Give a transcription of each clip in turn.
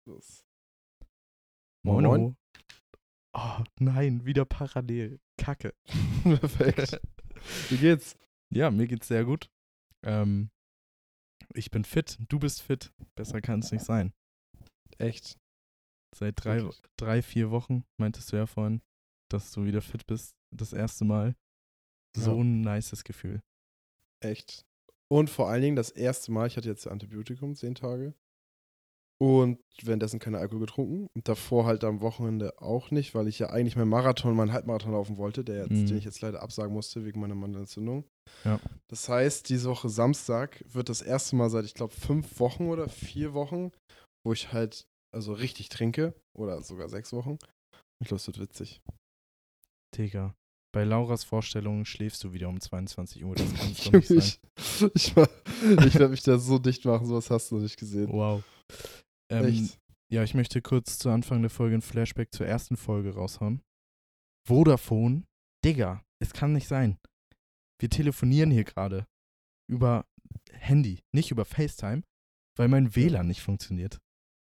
Los. Moin, moin. Mono. Oh, nein, wieder parallel. Kacke. Perfekt. Wie geht's? Ja, mir geht's sehr gut. Ich bin fit, du bist fit. Besser kann es nicht sein. Echt? Seit Wirklich? 4 Wochen meintest du ja vorhin, dass du wieder fit bist. Das erste Mal. So Ja. ein nices Gefühl. Echt. Und vor allen Dingen das erste Mal, ich hatte jetzt Antibiotikum, 10 Tage. Und währenddessen keinen Alkohol getrunken. Und davor halt am Wochenende auch nicht, weil ich ja eigentlich meinen Halbmarathon laufen wollte, den ich jetzt leider absagen musste wegen meiner Mandelentzündung. Ja. Das heißt, diese Woche Samstag wird das erste Mal seit, ich glaube, 5 Wochen oder 4 Wochen, wo ich halt also richtig trinke. Oder sogar 6 Wochen. Ich glaube, es wird witzig. Digga. Bei Lauras Vorstellung schläfst du wieder um 22 Uhr. Das kann es doch nicht sein. Ich werde mich da so dicht machen, sowas hast du noch nicht gesehen. Wow. Echt? Ja, ich möchte kurz zu Anfang der Folge ein Flashback zur ersten Folge raushauen. Vodafone, Digga, es kann nicht sein. Wir telefonieren hier gerade über Handy, nicht über FaceTime, weil mein WLAN nicht funktioniert.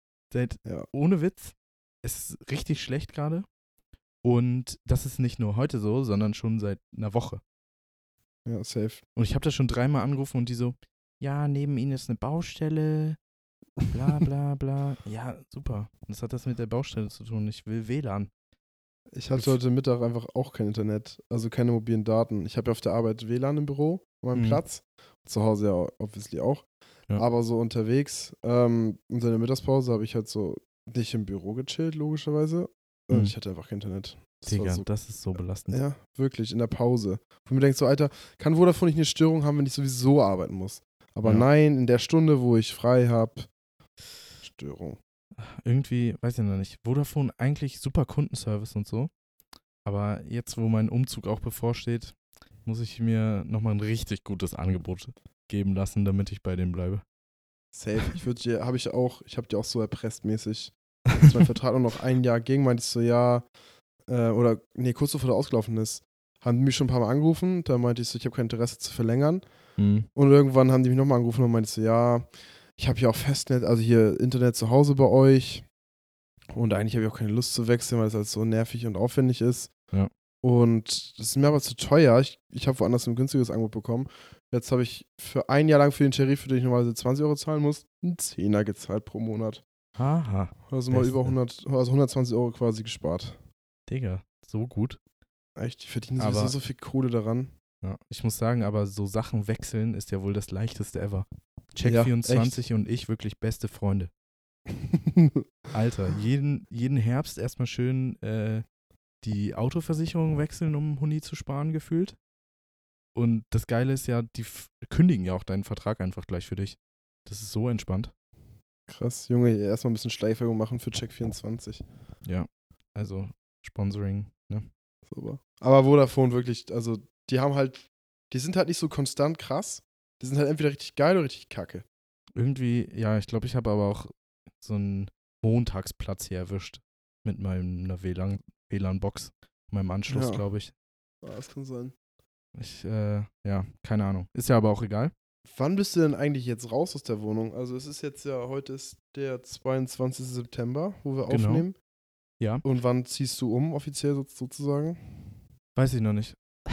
Ja. Ohne Witz, es ist richtig schlecht gerade. Und das ist nicht nur heute so, sondern schon seit einer Woche. Ja, safe. Und ich habe das schon 3-mal angerufen und die so, ja, neben Ihnen ist eine Baustelle, bla bla bla. Ja, super. Was hat das mit der Baustelle zu tun? Ich will WLAN. Ich hatte heute Mittag einfach auch kein Internet, also keine mobilen Daten. Ich habe ja auf der Arbeit WLAN im Büro, an meinem Platz. Zu Hause ja obviously auch. Ja. Aber so unterwegs, in der Mittagspause habe ich halt so nicht im Büro gechillt, logischerweise. Und ich hatte einfach kein Internet. Digga, das ist so belastend. Ja, wirklich, in der Pause. Wo ich mir denke, so, Alter, kann Vodafone nicht eine Störung haben, wenn ich sowieso arbeiten muss? Aber Ja. nein, in der Stunde, wo ich frei habe, Störung. Irgendwie, weiß ich noch nicht, Vodafone eigentlich super Kundenservice und so. Aber jetzt, wo mein Umzug auch bevorsteht, muss ich mir nochmal ein richtig gutes Angebot geben lassen, damit ich bei denen bleibe. Safe. Ich habe dir auch so erpresst mäßig, als mein Vertrag noch 1 Jahr ging, meinte ich so, ja, kurz bevor der ausgelaufen ist, haben die mich schon ein paar Mal angerufen, da meinte ich so, ich habe kein Interesse zu verlängern. Und irgendwann haben die mich nochmal angerufen und meinte ich so, ja, ich habe hier auch Festnetz, also hier Internet zu Hause bei euch. Und eigentlich habe ich auch keine Lust zu wechseln, weil es halt so nervig und aufwendig ist. Ja. Und das ist mir aber zu teuer. Ich habe woanders ein günstiges Angebot bekommen. Jetzt habe ich für 1 Jahr lang für den Tarif, für den ich normalerweise 20 € zahlen muss, einen Zehner gezahlt pro Monat. Haha. Also mal über 120 € quasi gespart. Digga, so gut. Echt, die verdienen sowieso so viel Kohle daran. Ja, ich muss sagen, aber so Sachen wechseln ist ja wohl das leichteste ever. Ja, Check24 und ich wirklich beste Freunde. Alter, jeden Herbst erstmal schön die Autoversicherung wechseln, um Huni zu sparen, gefühlt. Und das Geile ist ja, die kündigen ja auch deinen Vertrag einfach gleich für dich. Das ist so entspannt. Krass, Junge, erstmal ein bisschen Schleichwerbung machen für Check24. Ja, also Sponsoring, ne? Super. Aber Vodafone wirklich, also die sind halt nicht so konstant krass. Die sind halt entweder richtig geil oder richtig kacke. Irgendwie, ja, ich glaube, ich habe aber auch so einen Montagsplatz hier erwischt mit meiner WLAN-Box, meinem Anschluss, Ja. glaube ich. Ja, das kann sein. Ja, keine Ahnung. Ist ja aber auch egal. Wann bist du denn eigentlich jetzt raus aus der Wohnung? Also es ist jetzt ja, heute ist der 22. September, wo wir Genau. aufnehmen. Ja. Und wann ziehst du um, offiziell sozusagen? Weiß ich noch nicht.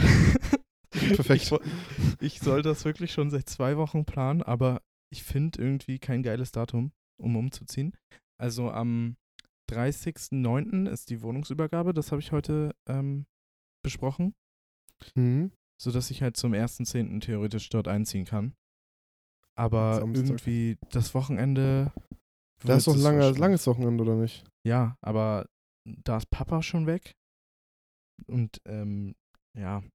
Perfekt. Ich soll das wirklich schon seit 2 Wochen planen, aber ich finde irgendwie kein geiles Datum, um umzuziehen. Also am 30.09. ist die Wohnungsübergabe, das habe ich heute besprochen, sodass ich halt zum 1.10. theoretisch dort einziehen kann. Aber Samstag. irgendwie das Wochenende. Da ist doch ein langes Wochenende, oder nicht? Ja, aber da ist Papa schon weg. Und ja,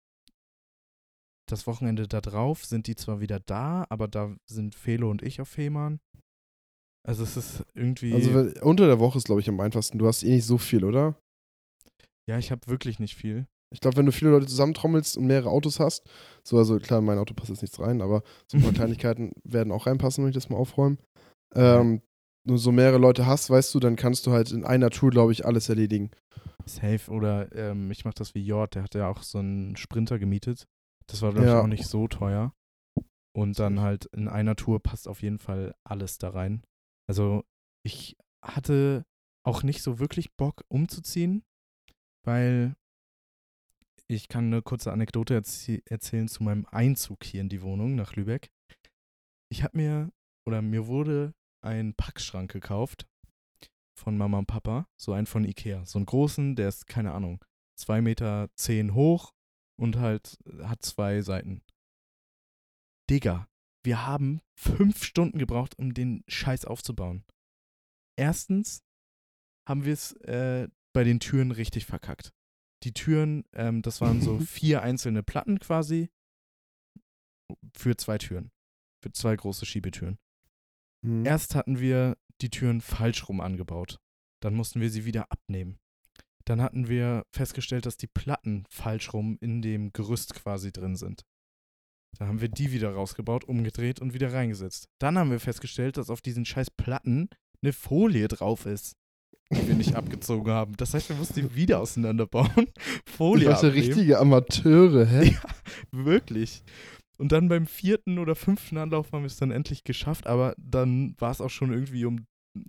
das Wochenende da drauf sind die zwar wieder da, aber da sind Felo und ich auf Fehmarn. Also es ist irgendwie. Also unter der Woche ist, glaube ich, am einfachsten. Du hast eh nicht so viel, oder? Ja, ich habe wirklich nicht viel. Ich glaube, wenn du viele Leute zusammentrommelst und mehrere Autos hast, also klar, in mein Auto passt jetzt nichts rein, aber so ein paar Kleinigkeiten werden auch reinpassen, wenn ich das mal aufräume. Nur so mehrere Leute hast, weißt du, dann kannst du halt in einer Tour, glaube ich, alles erledigen. Safe. Oder ich mache das wie Jord, der hat ja auch so einen Sprinter gemietet. Das war, glaube ich, auch nicht so teuer. Und dann halt in einer Tour passt auf jeden Fall alles da rein. Also ich hatte auch nicht so wirklich Bock umzuziehen, weil ich kann eine kurze Anekdote erzählen zu meinem Einzug hier in die Wohnung nach Lübeck. Mir wurde ein Packschrank gekauft von Mama und Papa, so einen von Ikea. So einen großen, der ist, keine Ahnung, 2,10 Meter hoch und halt hat 2 Seiten. Digga, wir haben 5 Stunden gebraucht, um den Scheiß aufzubauen. Erstens haben wir es bei den Türen richtig verkackt. Die Türen, das waren so 4 einzelne Platten quasi für 2 Türen. Für 2 große Schiebetüren. Mhm. Erst hatten wir die Türen falsch rum angebaut. Dann mussten wir sie wieder abnehmen. Dann hatten wir festgestellt, dass die Platten falsch rum in dem Gerüst quasi drin sind. Dann haben wir die wieder rausgebaut, umgedreht und wieder reingesetzt. Dann haben wir festgestellt, dass auf diesen scheiß Platten eine Folie drauf ist, die wir nicht abgezogen haben. Das heißt, wir mussten die wieder auseinanderbauen, Folie Ihr seid ja abnehmen. richtige Amateure, hä? Ja, wirklich. Und dann beim 4. oder 5. Anlauf haben wir es dann endlich geschafft, aber dann war es auch schon irgendwie um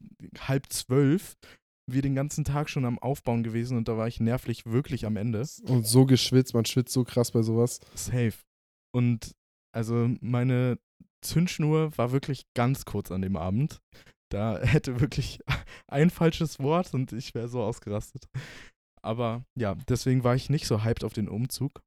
11:30, wir den ganzen Tag schon am Aufbauen gewesen und da war ich nervlich wirklich am Ende. Und so geschwitzt, man schwitzt so krass bei sowas. Safe. Und also meine Zündschnur war wirklich ganz kurz an dem Abend. Da hätte wirklich ein falsches Wort und ich wäre so ausgerastet. Aber ja, deswegen war ich nicht so hyped auf den Umzug.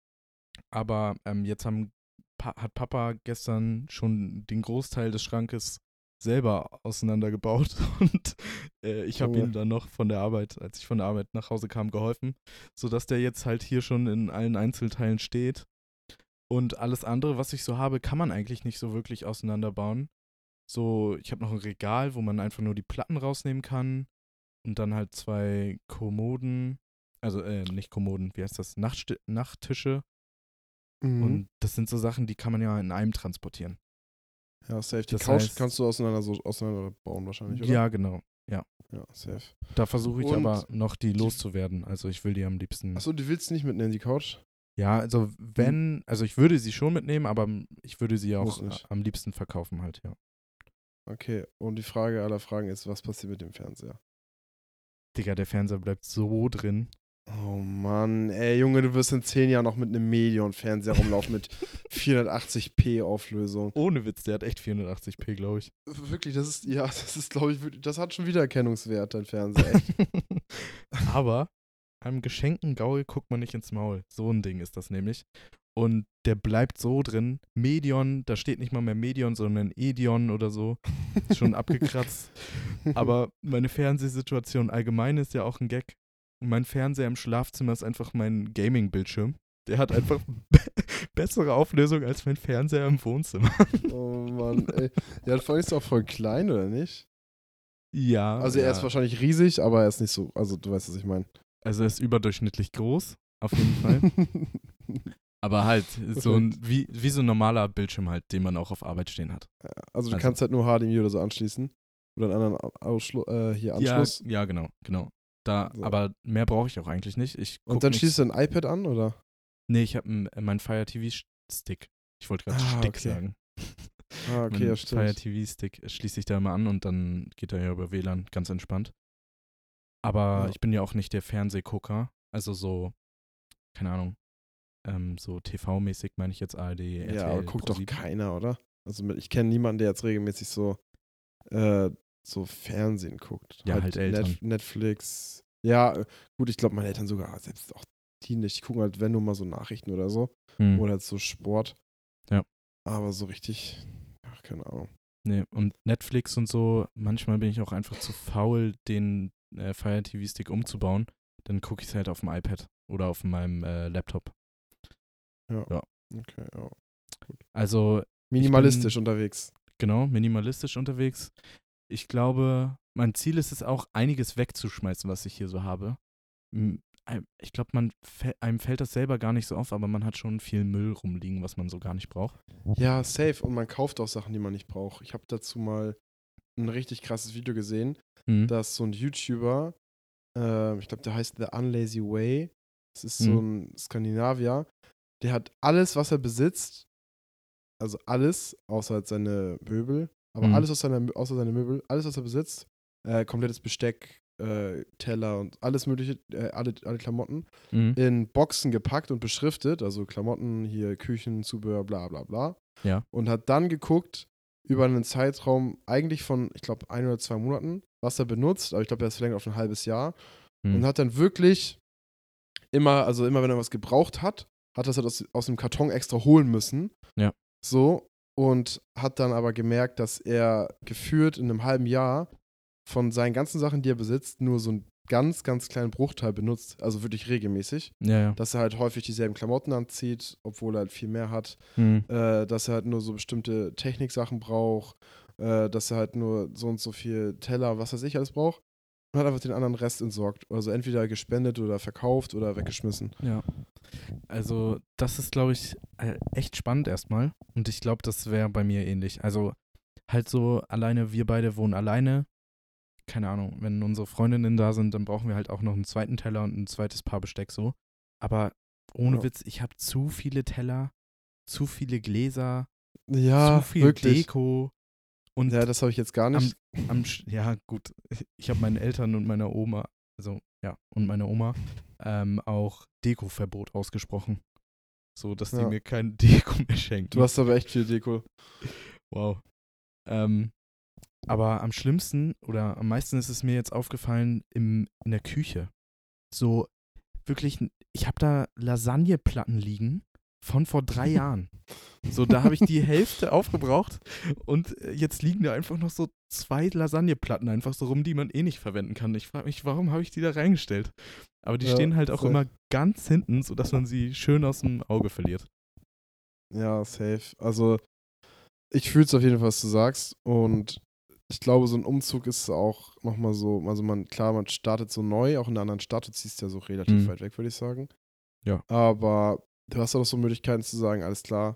Aber jetzt hat Papa gestern schon den Großteil des Schrankes selber auseinandergebaut und ich habe Junge. ihm dann noch als ich von der Arbeit nach Hause kam, geholfen, sodass der jetzt halt hier schon in allen Einzelteilen steht. Und alles andere, was ich so habe, kann man eigentlich nicht so wirklich auseinanderbauen. So, ich habe noch ein Regal, wo man einfach nur die Platten rausnehmen kann und dann halt 2 Kommoden, also nicht Kommoden, wie heißt das, Nachttische. Mhm. Und das sind so Sachen, die kann man ja in einem transportieren. Ja, safe. Die Das Couch heißt- kannst du auseinanderbauen wahrscheinlich, oder? Ja, genau. Ja, safe. Da versuche ich Und aber noch die loszuwerden. Also ich will die am liebsten. Achso, du willst nicht mitnehmen, die Couch? Ja, also also ich würde sie schon mitnehmen, aber ich würde sie Muss auch nicht. am liebsten verkaufen halt, ja. Okay, und die Frage aller Fragen ist, was passiert mit dem Fernseher? Digga, der Fernseher bleibt so drin. Oh Mann, ey Junge, du wirst in 10 Jahren noch mit einem Medion-Fernseher rumlaufen mit 480p Auflösung. Ohne Witz, der hat echt 480p, glaube ich. Wirklich, das ist, glaube ich, das hat schon Wiedererkennungswert, dein Fernseher. Echt. Aber einem geschenkten Gaul guckt man nicht ins Maul. So ein Ding ist das nämlich. Und der bleibt so drin. Medion, da steht nicht mal mehr Medion, sondern Edion oder so. Ist schon abgekratzt. Aber meine Fernsehsituation allgemein ist ja auch ein Gag. Mein Fernseher im Schlafzimmer ist einfach mein Gaming-Bildschirm. Der hat einfach bessere Auflösung als mein Fernseher im Wohnzimmer. Oh Mann, ey. Ja, vor allem ist er auch voll klein, oder nicht? Ja. Also er ist wahrscheinlich riesig, aber er ist nicht so, also du weißt, was ich meine. Also er ist überdurchschnittlich groß, auf jeden Fall. Aber halt so wie so ein normaler Bildschirm halt, den man auch auf Arbeit stehen hat. Also du kannst halt nur HDMI oder so anschließen. Oder einen anderen Anschluss. Ja, genau. So. Aber mehr brauche ich auch eigentlich nicht. Und dann schließt du ein iPad an, oder? Nee, ich habe meinen Fire TV-Stick. Ich wollte gerade Stick sagen. Ah, okay, mein ja, stimmt. Fire TV-Stick schließe ich da immer an und dann geht er ja über WLAN ganz entspannt. Aber Ja. ich bin ja auch nicht der Fernsehgucker. Also so, keine Ahnung, so TV-mäßig meine ich jetzt ARD, RTL, Ja, aber guckt doch ProSieben. keiner, oder? Also ich kenne niemanden, der jetzt regelmäßig so Fernsehen guckt. Ja, halt Eltern. Netflix. Ja, gut, ich glaube, meine Eltern sogar, selbst auch die nicht. Die gucken halt, wenn nur mal so Nachrichten oder so. Oder halt so Sport. Ja. Aber so richtig, ach, keine Ahnung. Nee, und Netflix und so, manchmal bin ich auch einfach zu faul, den Fire TV-Stick umzubauen. Dann gucke ich es halt auf dem iPad oder auf meinem Laptop. Ja. Ja. Okay, ja. Gut. Also Minimalistisch unterwegs. Genau, minimalistisch unterwegs. Ich glaube, mein Ziel ist es auch, einiges wegzuschmeißen, was ich hier so habe. Ich glaube, einem fällt das selber gar nicht so auf, aber man hat schon viel Müll rumliegen, was man so gar nicht braucht. Ja, safe. Und man kauft auch Sachen, die man nicht braucht. Ich habe dazu mal ein richtig krasses Video gesehen, dass so ein YouTuber, ich glaube, der heißt The Unlazy Way, das ist so ein Skandinavier, der hat alles, was er besitzt, also alles, außer halt seine Möbel, aber alles außer seine Möbel, alles, was er besitzt, komplettes Besteck, Teller und alles mögliche, alle Klamotten, Mhm. in Boxen gepackt und beschriftet, also Klamotten, hier Küchen, Zubehör, bla bla bla. Ja. Und hat dann geguckt, über einen Zeitraum eigentlich von, ich glaube, 1 oder 2 Monaten, was er benutzt, aber ich glaube, er ist verlängert auf ein halbes Jahr. Und Mhm. hat dann wirklich immer, also immer wenn er was gebraucht hat, hat er es halt aus dem Karton extra holen müssen. Ja. So. Und hat dann aber gemerkt, dass er geführt in einem halben Jahr von seinen ganzen Sachen, die er besitzt, nur so einen ganz, ganz kleinen Bruchteil benutzt. Also wirklich regelmäßig. Ja, ja. Dass er halt häufig dieselben Klamotten anzieht, obwohl er halt viel mehr hat. Mhm. Dass er halt nur so bestimmte Techniksachen braucht. Dass er halt nur so und so viel Teller, was weiß ich, alles braucht. Und hat einfach den anderen Rest entsorgt. Also entweder gespendet oder verkauft oder weggeschmissen. Ja. Also, das ist, glaube ich, echt spannend erstmal. Und ich glaube, das wäre bei mir ähnlich. Also, halt so alleine, wir beide wohnen alleine. Keine Ahnung, wenn unsere Freundinnen da sind, dann brauchen wir halt auch noch einen zweiten Teller und ein zweites Paar Besteck so. Aber ohne Ja. Witz, ich habe zu viele Teller, zu viele Gläser, Ja, zu viel wirklich. Deko. Und Ja, das habe ich jetzt gar nicht. ja, gut, ich habe meinen Eltern und meiner Oma, also ja, und meiner Oma, auch Dekoverbot ausgesprochen. So, dass die Ja. mir kein Deko mehr schenken. Du hast aber echt viel Deko. Wow. Aber am schlimmsten oder am meisten ist es mir jetzt aufgefallen in der Küche. So, wirklich, ich habe da Lasagneplatten liegen von vor 3 Jahren. So, da habe ich die Hälfte aufgebraucht und jetzt liegen da einfach noch so 2 Lasagneplatten einfach so rum, die man eh nicht verwenden kann. Ich frage mich, warum habe ich die da reingestellt? Aber die Ja, stehen halt auch safe. immer ganz hinten, sodass man sie schön aus dem Auge verliert. Ja, safe. Also, ich fühle es auf jeden Fall, was du sagst. Und ich glaube, so ein Umzug ist auch nochmal so, also man startet so neu, auch in einer anderen Stadt, du ziehst ja so relativ Mhm. weit weg, würde ich sagen. Ja. Aber du hast auch so Möglichkeiten zu sagen, alles klar,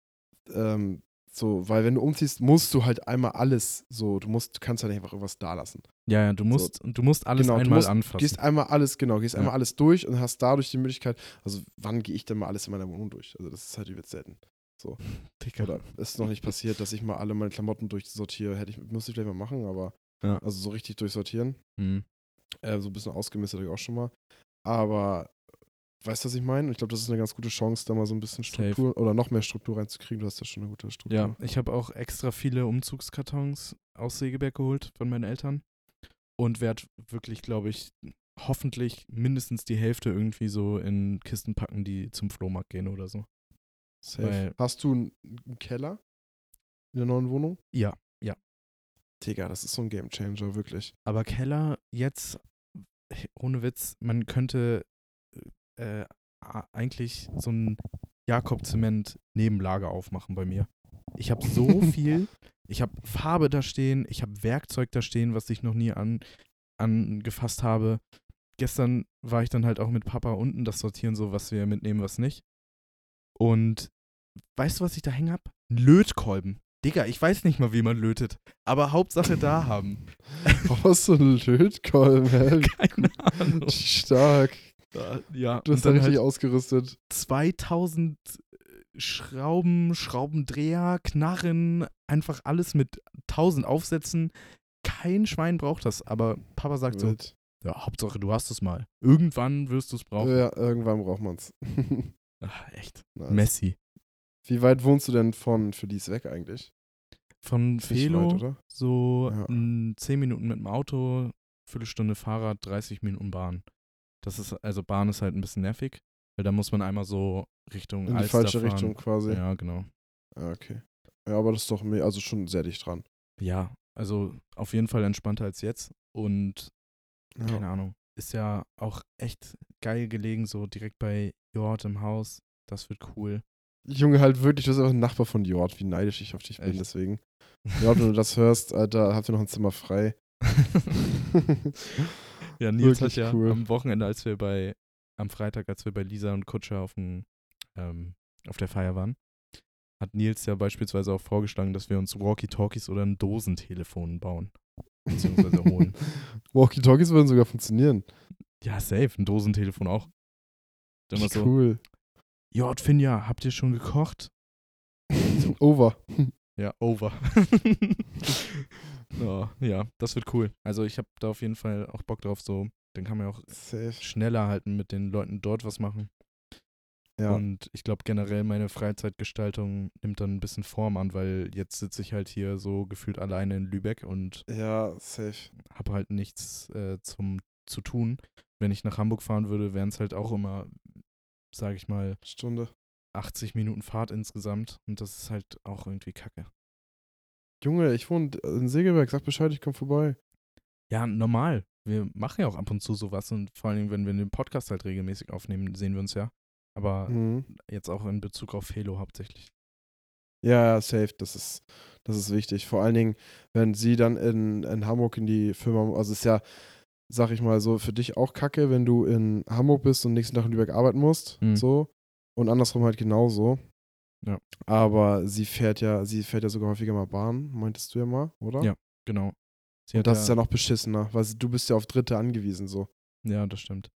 so, weil wenn du umziehst, musst du halt einmal alles so, du kannst halt nicht einfach irgendwas da lassen. Ja, du musst alles Genau, einmal du anfassen. gehst einmal alles Ja. durch und hast dadurch die Möglichkeit, also wann gehe ich denn mal alles in meiner Wohnung durch? Also das ist halt übelst selten. So. Digga. Oder ist noch nicht passiert, dass ich mal alle meine Klamotten durchsortiere. Müsste ich vielleicht mal machen, aber Ja. also so richtig durchsortieren. Mhm. So ein bisschen ausgemistet habe ich auch schon mal. Aber weißt du, was ich meine? Ich glaube, das ist eine ganz gute Chance, da mal so ein bisschen Struktur oder noch mehr Struktur reinzukriegen. Du hast ja schon eine gute Struktur. Ja, ich habe auch extra viele Umzugskartons aus Segeberg geholt von meinen Eltern und werde wirklich, glaube ich, hoffentlich mindestens die Hälfte irgendwie so in Kisten packen, die zum Flohmarkt gehen oder so. Safe. Hast du einen Keller in der neuen Wohnung? Ja. Digga, das ist so ein Gamechanger, wirklich. Aber Keller jetzt, ohne Witz, man könnte eigentlich so ein Jakob-Zement-Nebenlager aufmachen bei mir. Ich habe so viel, ich habe Farbe da stehen, ich habe Werkzeug da stehen, was ich noch nie angefasst habe. Gestern war ich dann halt auch mit Papa unten, das sortieren so, was wir mitnehmen, was nicht. Und weißt du, was ich da hängen habe? Ein Lötkolben. Digga, ich weiß nicht mal, wie man lötet, aber Hauptsache da haben. Brauchst du einen Lötkolben, hä? Keine Ahnung. Stark. Ja, Du hast da richtig ausgerüstet. 2000 Schrauben, Schraubendreher, Knarren, einfach alles mit 1000 Aufsätzen. Kein Schwein braucht das, aber Papa sagt so, ja, Hauptsache du hast es mal. Irgendwann wirst du es brauchen. Ja, irgendwann braucht man es. Ach, echt. Nice. Messi. Wie weit wohnst du denn von Felice weg eigentlich? Von Nicht Velo weit, oder? so Ja. 10 Minuten mit dem Auto, Viertelstunde Fahrrad, 30 Minuten Bahn. Also Bahn ist halt ein bisschen nervig, weil da muss man einmal so Richtung In die Alster falsche fahren. Richtung quasi. Ja, genau. Ja, okay. Ja, aber das ist doch also schon sehr dicht dran. Ja, also auf jeden Fall entspannter als jetzt und Ja. keine Ahnung, ist ja auch echt geil gelegen, so direkt bei Jord im Haus. Das wird cool. Junge, halt wirklich, du bist einfach ein Nachbar von Jord, wie neidisch ich auf dich bin, Echt? deswegen. Jord, wenn du das hörst, Alter, habt ihr noch ein Zimmer frei. Ja, Nils Wirklich hat ja cool. am Wochenende, am Freitag, als wir bei Lisa und Kutscher auf der Feier waren, hat Nils ja beispielsweise auch vorgeschlagen, dass wir uns Walkie-Talkies oder ein Dosentelefon bauen. Beziehungsweise holen. Walkie-Talkies würden sogar funktionieren. Ja, safe, ein Dosentelefon auch. Dann mal so, Cool. Jord, Finja, habt ihr schon gekocht? Over. Ja, over. Oh, ja, das wird cool. Also ich habe da auf jeden Fall auch Bock drauf, so. Dann kann man ja auch Safe. schneller halt mit den Leuten dort was machen. Ja. Und ich glaube generell meine Freizeitgestaltung nimmt dann ein bisschen Form an, weil jetzt sitze ich halt hier so gefühlt alleine in Lübeck und Ja, safe. habe halt nichts zu tun. Wenn ich nach Hamburg fahren würde, wären es halt auch immer, sage ich mal, Stunde. 80 Minuten Fahrt insgesamt. Und das ist halt auch irgendwie kacke. Junge, ich wohne in Segeberg. Sag Bescheid, ich komm vorbei. Ja, normal. Wir machen ja auch ab und zu sowas und vor allen Dingen, wenn wir den Podcast halt regelmäßig aufnehmen, sehen wir uns ja. Aber Mhm. jetzt auch in Bezug auf Felo hauptsächlich. Ja, safe. Das ist wichtig. Vor allen Dingen, wenn sie dann in Hamburg in die Firma, also ist ja, sag ich mal so, für dich auch kacke, wenn du in Hamburg bist und nächsten Tag in Lübeck arbeiten musst. Mhm. So. Und andersrum halt genauso. Ja. Aber sie fährt ja sogar häufiger mal Bahn, meintest du ja mal, oder? Ja, genau. Sie Und hat das ist ja noch beschissener, weil du bist ja auf Dritte angewiesen, so. Ja, das stimmt.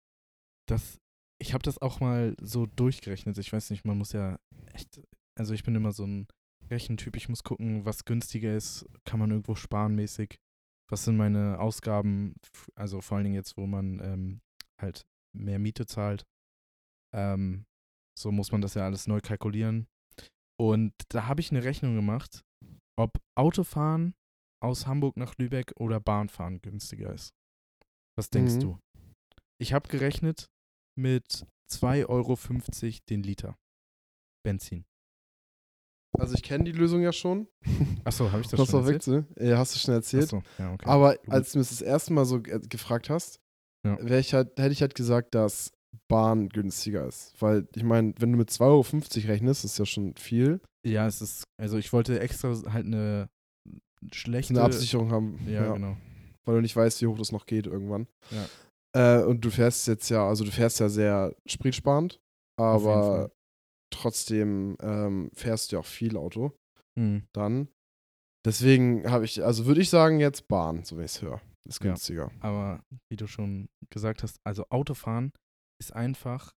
Ich habe das auch mal so durchgerechnet. Ich weiß nicht, man muss ja echt, also ich bin immer so ein Rechentyp. Ich muss gucken, was günstiger ist, kann man irgendwo sparen mäßig. Was sind meine Ausgaben, also vor allen Dingen jetzt, wo man halt mehr Miete zahlt. Ähm, so muss man das ja alles neu kalkulieren. Und da habe ich eine Rechnung gemacht, ob Autofahren aus Hamburg nach Lübeck oder Bahnfahren günstiger ist. Was denkst Mhm. du? Ich habe gerechnet mit 2,50 € den Liter Benzin. Also ich kenne die Lösung ja schon. Achso, habe ich das Was schon war erzählt? Wechsel? Ja, hast du schon erzählt. Achso, ja, okay. Aber Gut. als du mir das erste Mal so gefragt hast, Ja. hätte ich halt gesagt, dass Bahn günstiger ist. Weil, ich meine, wenn du mit 2,50 € rechnest, ist ja schon viel. Ja, es ist, also ich wollte extra halt eine schlechte. Eine Absicherung haben. Ja, genau. Weil du nicht weißt, wie hoch das noch geht irgendwann. Ja. Und du fährst ja sehr spritsparend, Auf jeden aber Fall. trotzdem fährst du ja auch viel Auto Mhm. dann. Deswegen würde ich sagen, jetzt Bahn, so wie ich es höre. Ist Ja. günstiger. Aber wie du schon gesagt hast, also Autofahren ist einfach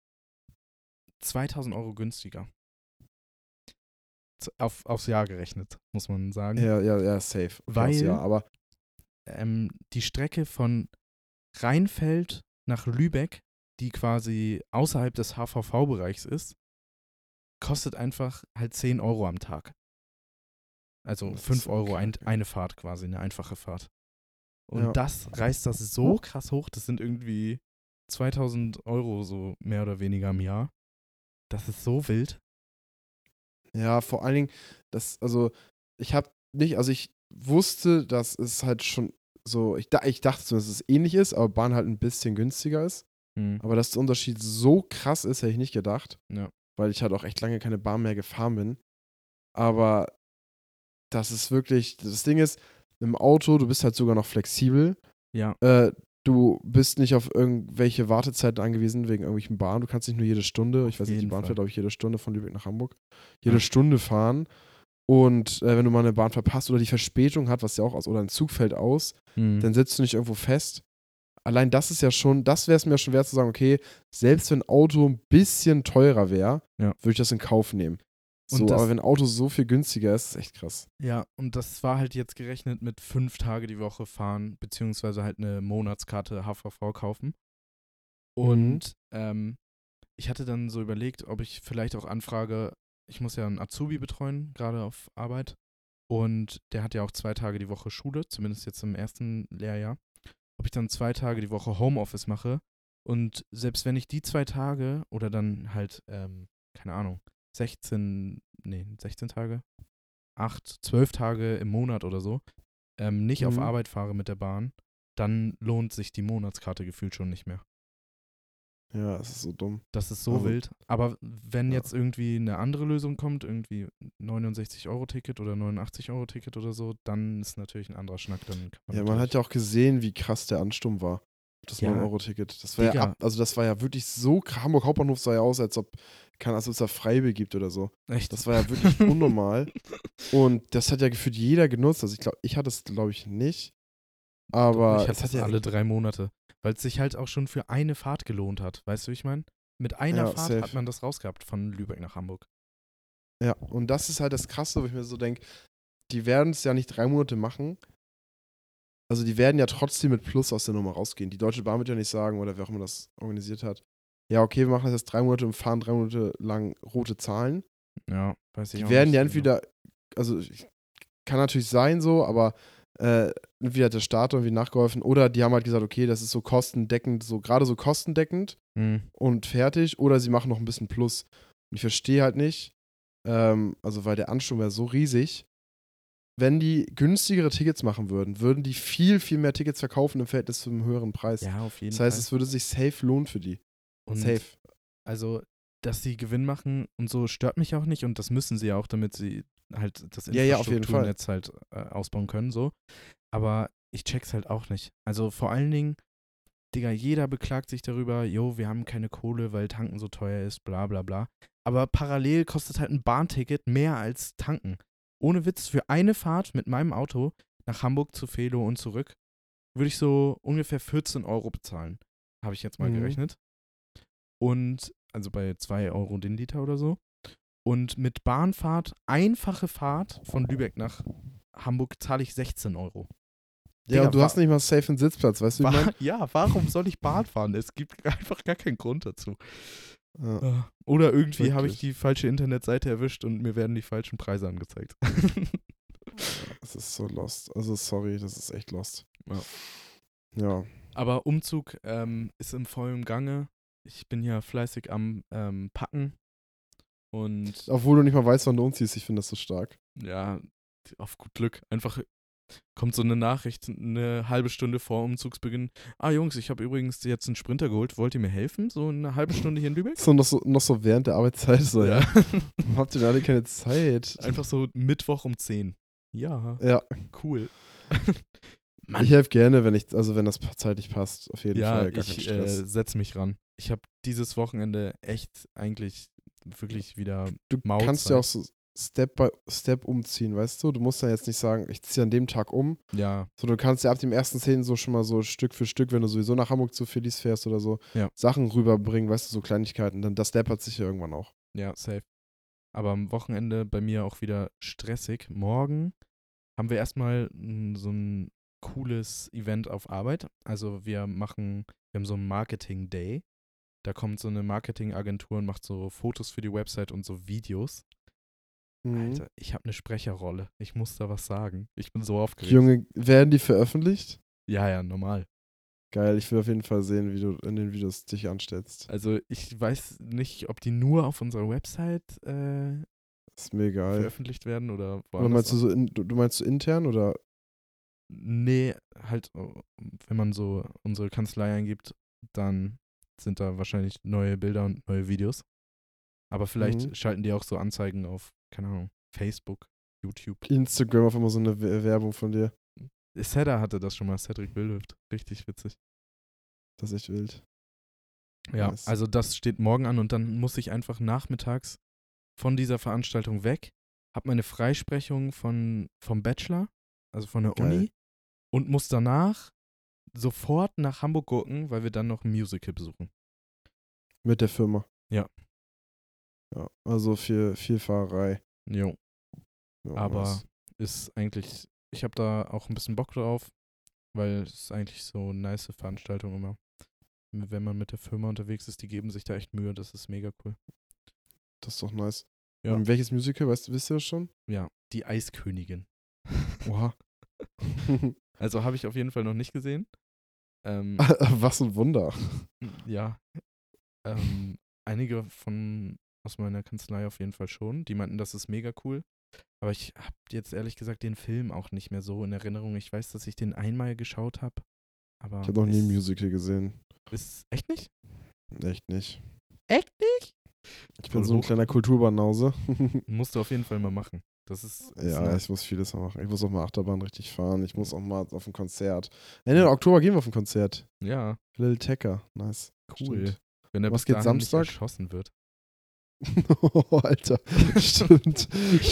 2.000 € günstiger. Aufs Jahr gerechnet, muss man sagen. Ja, safe. Okay, Weil ja, aber die Strecke von Rheinfeld nach Lübeck, die quasi außerhalb des HVV-Bereichs ist, kostet einfach halt 10 € am Tag. Also das 5 ist Euro okay. eine Fahrt quasi, eine einfache Fahrt. Und Ja. das reißt das so krass hoch, das sind irgendwie 2.000 € so mehr oder weniger im Jahr. Das ist so wild. Ja, vor allen Dingen, ich wusste, dass es halt schon so, ich dachte zumindest, dass es ähnlich ist, aber Bahn halt ein bisschen günstiger ist. Mhm. Aber dass der Unterschied so krass ist, hätte ich nicht gedacht. Ja. Weil ich halt auch echt lange keine Bahn mehr gefahren bin. Aber das ist wirklich, das Ding ist, im Auto, du bist halt sogar noch flexibel. Ja. Du bist nicht auf irgendwelche Wartezeiten angewiesen wegen irgendwelchen Bahnen. Du kannst nicht nur jede Stunde, ich weiß nicht, die jeden Bahn Fall. fährt, glaube ich, jede Stunde von Lübeck nach Hamburg, jede Ja. Stunde fahren. Und wenn du mal eine Bahn verpasst oder die Verspätung hat, was ja auch oder ein Zug fällt aus, dann sitzt du nicht irgendwo fest. Allein das ist ja schon, das wäre es mir schon wert zu sagen, okay, selbst wenn ein Auto ein bisschen teurer wäre, Ja. würde ich das in Kauf nehmen. Und So, aber wenn ein Auto so viel günstiger ist, ist echt krass. Ja, und das war halt jetzt gerechnet mit 5 Tage die Woche fahren, beziehungsweise halt eine Monatskarte HVV kaufen. Und ich hatte dann so überlegt, ob ich vielleicht auch anfrage, ich muss ja einen Azubi betreuen, gerade auf Arbeit. Und der hat ja auch 2 Tage die Woche Schule, zumindest jetzt im ersten Lehrjahr. Ob ich dann 2 Tage die Woche Homeoffice mache. Und selbst wenn ich die 2 Tage oder dann halt, keine Ahnung, 16 Tage, 12 Tage im Monat oder so, nicht auf Arbeit fahre mit der Bahn, dann lohnt sich die Monatskarte gefühlt schon nicht mehr. Ja, das ist so dumm. Das ist so Also, wild. Aber wenn ja. jetzt irgendwie eine andere Lösung kommt, irgendwie 69-€-Ticket oder 89-€-Ticket oder so, dann ist natürlich ein anderer Schnack. Dann kann man Ja, man hat ja auch gesehen, wie krass der Ansturm war. Das Ja, 9-Euro-Ticket. Das war Digga. das war ja wirklich so krass. Hamburg Hauptbahnhof sah ja aus, als ob es da Freibier gibt oder so. Echt? Das war ja wirklich unnormal. Und das hat ja gefühlt jeder genutzt. Also ich hatte es, glaube ich, nicht. Aber Ich hatte es hat es ja alle 3 Monate, weil es sich halt auch schon für eine Fahrt gelohnt hat. Weißt du, wie ich meine? Mit einer Ja, Fahrt safe. hat man das rausgehabt von Lübeck nach Hamburg. Ja, und das ist halt das Krasse, wo ich mir so denke, die werden es ja nicht 3 Monate machen, also die werden ja trotzdem mit Plus aus der Nummer rausgehen. Die Deutsche Bahn wird ja nicht sagen, oder wer auch immer das organisiert hat, ja, okay, wir machen das jetzt 3 Monate und fahren 3 Monate lang rote Zahlen. Ja, weiß ich Die auch werden nicht ja so genau. entweder, also kann natürlich sein so, aber entweder hat der Staat irgendwie nachgeholfen oder die haben halt gesagt, okay, das ist so kostendeckend, so gerade so kostendeckend und fertig, oder sie machen noch ein bisschen Plus. Und ich verstehe halt nicht, also weil der Ansturm wäre so riesig, wenn die günstigere Tickets machen würden, würden die viel, viel mehr Tickets verkaufen im Verhältnis zum höheren Preis. Ja, auf jeden Das heißt, Fall. es würde sich safe lohnen für die. Und Safe. also, dass sie Gewinn machen und so stört mich auch nicht und das müssen sie ja auch, damit sie halt das Ja, ja, auf jeden Fall. Infrastrukturnetz halt ausbauen können, so. Aber ich check's halt auch nicht. Also vor allen Dingen, Digga, jeder beklagt sich darüber, jo, wir haben keine Kohle, weil tanken so teuer ist, bla bla bla. Aber parallel kostet halt ein Bahnticket mehr als tanken. Ohne Witz, für eine Fahrt mit meinem Auto nach Hamburg zu Felo und zurück, würde ich so ungefähr 14 Euro bezahlen. Habe ich jetzt mal gerechnet. Und, also bei 2 Euro den Liter oder so. Und mit Bahnfahrt, einfache Fahrt von Lübeck nach Hamburg zahle ich 16 Euro. Ja, Digga, und du hast nicht mal safe einen Sitzplatz, weißt du, wie ich meine? Ja, warum soll ich Bahn fahren? Es gibt einfach gar keinen Grund dazu. Ja, Oder irgendwie habe ich wirklich. die falsche Internetseite erwischt und mir werden die falschen Preise angezeigt. Es ist so lost. Also, sorry, das ist echt lost. Ja. Ja. Aber Umzug ist im vollen Gange. Ich bin ja fleißig am Packen. Und Obwohl du nicht mal weißt, wann du umziehst, ich finde das so stark. ja, auf gut Glück. Einfach kommt so eine Nachricht eine halbe Stunde vor Umzugsbeginn. Ah, Jungs, ich habe übrigens jetzt einen Sprinter geholt. Wollt ihr mir helfen? So eine halbe Stunde hier in Lübeck? So noch so während der Arbeitszeit, so, ja. Ja. Warum habt ihr denn alle keine Zeit? Einfach so Mittwoch um 10. Ja, Ja. cool. Ich helfe gerne, wenn das zeitlich passt. Auf jeden Ja, Fall. Gar kein ich Stress. setze mich ran. Ich habe dieses Wochenende echt eigentlich wirklich wieder Du Mautzeit. kannst ja auch so Step by Step umziehen, weißt du? Du musst ja jetzt nicht sagen, ich ziehe an dem Tag um. Ja, So, du kannst ja ab dem 1.10. so schon mal so Stück für Stück, wenn du sowieso nach Hamburg zu Phillies fährst oder so, Ja. Sachen rüberbringen, weißt du, so Kleinigkeiten. Dann das steppert sich ja irgendwann auch. ja, safe. Aber am Wochenende bei mir auch wieder stressig. Morgen haben wir erstmal so ein cooles Event auf Arbeit. Also wir haben so einen Marketing-Day. Da kommt so eine Marketingagentur und macht so Fotos für die Website und so Videos. Alter, ich habe eine Sprecherrolle. Ich muss da was sagen. Ich bin so aufgeregt. Junge, werden die veröffentlicht? Ja, ja, normal. Geil, ich will auf jeden Fall sehen, wie du in den Videos dich anstellst. Also ich weiß nicht, ob die nur auf unserer Website Ist mir egal. veröffentlicht werden oder Oder meinst du so, du meinst so intern oder? Nee, halt, wenn man so unsere Kanzlei eingibt, dann sind da wahrscheinlich neue Bilder und neue Videos. Aber vielleicht schalten die auch so Anzeigen auf, keine Ahnung, Facebook, YouTube. Instagram auf immer so eine Werbung von dir. Cedar hatte das schon mal, Cedric Wilhüft. Richtig witzig. Das ist echt wild. Ja, Nice. also das steht morgen an und dann muss ich einfach nachmittags von dieser Veranstaltung weg, hab meine Freisprechung vom Bachelor, also von der Geil. Uni, und muss danach sofort nach Hamburg gucken, weil wir dann noch ein Musical besuchen. Mit der Firma. Ja. Ja, also viel Fahrerei. Jo. Ja, Aber nice. ist eigentlich, ich habe da auch ein bisschen Bock drauf, weil es ist eigentlich so eine nice Veranstaltung immer. Wenn man mit der Firma unterwegs ist, die geben sich da echt Mühe, das ist mega cool. Das ist doch nice. Ja. Und welches Musical, wisst ihr das schon? Ja, die Eiskönigin. Oha. Also habe ich auf jeden Fall noch nicht gesehen. Was ein Wunder. Ja. Einige aus meiner Kanzlei auf jeden Fall schon. Die meinten, das ist mega cool. Aber ich habe jetzt ehrlich gesagt den Film auch nicht mehr so in Erinnerung. Ich weiß, dass ich den einmal geschaut habe. Aber Ich habe noch nie ein Musical gesehen. Ist echt nicht? Echt nicht. Echt nicht? Ich bin so ein kleiner Kulturbanause. Musst du auf jeden Fall mal machen. Das ist Ja, nice. ich muss vieles mal machen. Ich muss auch mal Achterbahn richtig fahren. Ich muss auch mal auf ein Konzert. Ende Oktober gehen wir auf ein Konzert. Ja, Lil Tecca. Nice. cool. Stimmt. Wenn er Was bis geht dahin Samstag? nicht erschossen wird. Oh, Alter. Stimmt.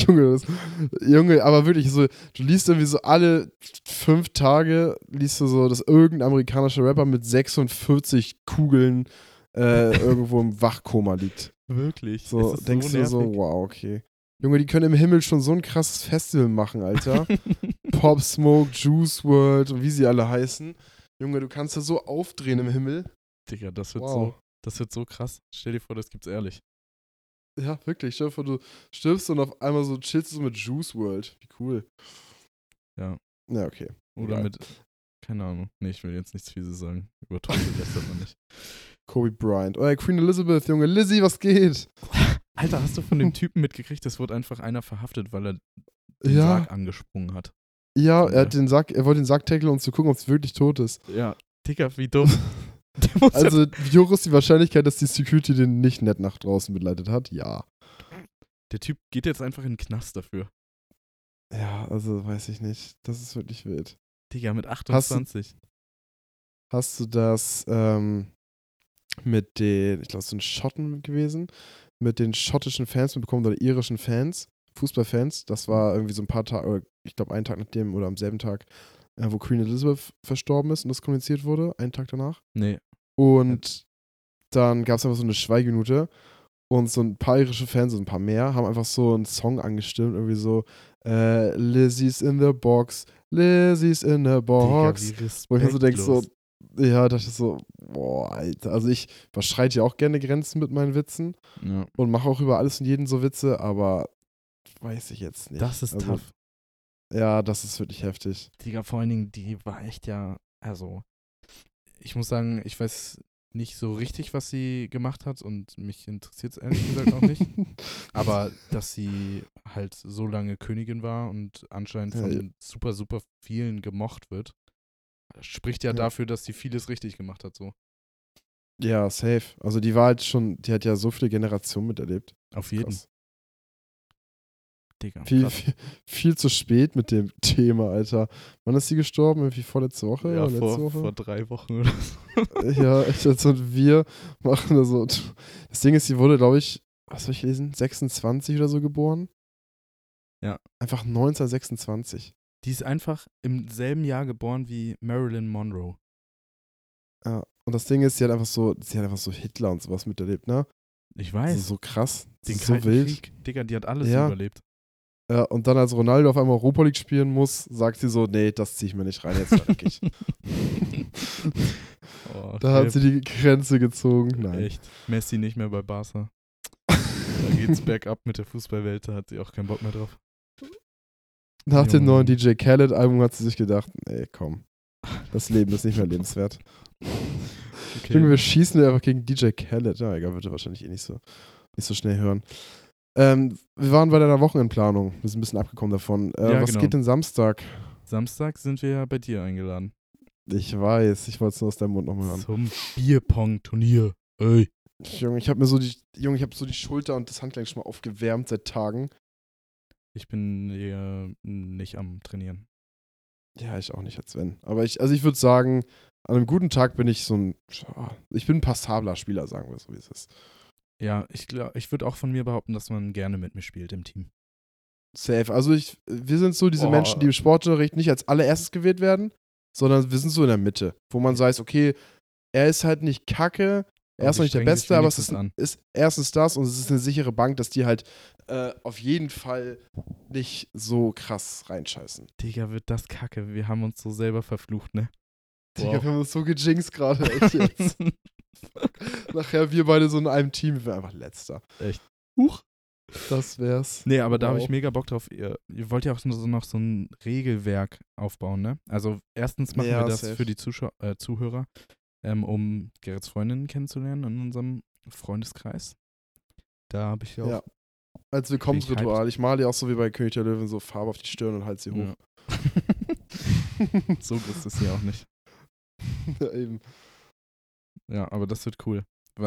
Junge, aber wirklich so, du liest irgendwie so alle 5 Tage, liest du so, dass irgendein amerikanischer Rapper mit 46 Kugeln irgendwo im Wachkoma liegt. Wirklich. So, Es ist denkst so du so, nervig. wow, okay. Junge, die können im Himmel schon so ein krasses Festival machen, Alter. Pop Smoke, Juice World und wie sie alle heißen. Junge, du kannst da so aufdrehen im Himmel. Digga, das Wow. wird so krass. Stell dir vor, das gibt's ehrlich. Ja, wirklich. Stell dir vor, du stirbst und auf einmal so chillst du mit Juice World. Wie cool. Ja. Ja, okay. Oder Egal. mit, keine Ahnung. Nee, ich will jetzt nichts Fieses sagen. Über Tote lästert man nicht. Kobe Bryant. Oh ja, Queen Elizabeth, Junge. Lizzie, was geht? Alter, hast du von dem Typen mitgekriegt, es wurde einfach einer verhaftet, weil er den Ja. Sarg angesprungen hat. Ja, Von er wollte den Sack tackeln, um zu gucken, ob es wirklich tot ist. Ja, Digga, wie dumm. Der muss Also, wie hoch ist die Wahrscheinlichkeit, dass die Security den nicht nett nach draußen begleitet hat? Ja. der Typ geht jetzt einfach in den Knast dafür. Ja, also weiß ich nicht. Das ist wirklich wild. Digga, mit 28. Hast du das mit den, ich glaube, es sind Schotten gewesen, mit den schottischen Fans mitbekommen oder irischen Fans, Fußballfans? Das war irgendwie so ein paar Tage, oder ich glaube einen Tag nachdem oder am selben Tag, wo Queen Elizabeth verstorben ist und das kommuniziert wurde, einen Tag danach. Nee. Und dann gab es einfach so eine Schweigeminute und so ein paar irische Fans, so ein paar mehr, haben einfach so einen Song angestimmt, irgendwie so Lizzie's in the box, Lizzie's in the box. Digga, wie respektlos. Wo ich mir so denke, so, ja, dachte ich so, boah, Alter. Also ich überschreite ja auch gerne Grenzen mit meinen Witzen Ja. und mache auch über alles und jeden so Witze, aber weiß ich jetzt nicht. Das ist also, tough. Ja, das ist wirklich heftig. Digga, vor allen Dingen, die war echt ja, also, ich muss sagen, ich weiß nicht so richtig, was sie gemacht hat und mich interessiert es ehrlich gesagt auch nicht. Aber dass sie halt so lange Königin war und anscheinend Ja, von super, super vielen gemocht wird, spricht ja Ja. dafür, dass sie vieles richtig gemacht hat, so. Ja, safe. Also die war halt schon, die hat ja so viele Generationen miterlebt. Auf jeden. Krass. Digga. Viel, krass. viel zu spät mit dem Thema, Alter. Wann ist sie gestorben? Irgendwie vorletzte Woche Ja, oder letzte Woche? vor 3 Wochen oder so. Ja, echt, und wir machen da so. Das Ding ist, sie wurde, glaube ich, was soll ich lesen? 26 oder so geboren? Ja. Einfach 1926. Die ist einfach im selben Jahr geboren wie Marilyn Monroe. Ja. Und das Ding ist, sie hat einfach so Hitler und sowas miterlebt, ne? Ich weiß. Das ist so krass. Das Den ist so Kalten wild. Krieg. Digga, die hat alles Ja. überlebt. Ja, und dann, als Ronaldo auf einmal Europa League spielen muss, sagt sie so, nee, das ziehe ich mir nicht rein, jetzt verreck ich. Oh, Da hat sie die Grenze gezogen. Nein. Echt. Messi nicht mehr bei Barca. Da geht's bergab mit der Fußballwelt, da hat sie auch keinen Bock mehr drauf. Nach dem Junge. neuen DJ Khaled-Album hat sie sich gedacht, nee, komm, das Leben ist nicht mehr lebenswert. Okay. Junge, wir schießen ja einfach gegen DJ Khaled. Ja, egal, wird er wahrscheinlich nicht so schnell hören. Wir waren bei deiner Wochenendplanung. Wir sind ein bisschen abgekommen davon. Ja, was genau. geht denn Samstag? Samstag sind wir ja bei dir eingeladen. Ich weiß, ich wollte es nur aus deinem Mund nochmal hören. Zum Bierpong-Turnier. Ey. Junge, ich habe so die Schulter und das Handgelenk schon mal aufgewärmt seit Tagen. Ich bin eher nicht am Trainieren. Ja, ich auch nicht, als wenn. Aber ich würde sagen, an einem guten Tag bin ich ich bin ein passabler Spieler, sagen wir so, wie es ist. Ja, ich würde auch von mir behaupten, dass man gerne mit mir spielt im Team. Safe. Also wir sind so diese Oh. Menschen, die im Sportunterricht nicht als allererstes gewählt werden, sondern wir sind so in der Mitte, wo man weiß, okay, er ist halt nicht kacke, er ist noch nicht der Beste, aber es ist erstens das und es ist eine sichere Bank, dass die halt auf jeden Fall nicht so krass reinscheißen. Digga, wird das kacke. Wir haben uns so selber verflucht, ne? Digga, Wow. wir haben uns so gejinxt gerade, echt jetzt. Nachher wir beide so in einem Team, wir wären einfach Letzter. Echt. Huch. Das wär's. Nee, aber da habe Wow. ich mega Bock drauf. Ihr wollt ja auch noch so ein Regelwerk aufbauen, ne? Also erstens machen Ja, wir das safe. für die Zuhörer, um Gerrits Freundinnen kennenzulernen in unserem Freundeskreis. Da habe ich auch. Ja. Als Willkommensritual. Ich male ja auch so wie bei König der Löwen so Farbe auf die Stirn und halte sie hoch. Ja. So groß ist sie auch nicht. Ja, eben. Ja, aber das wird cool.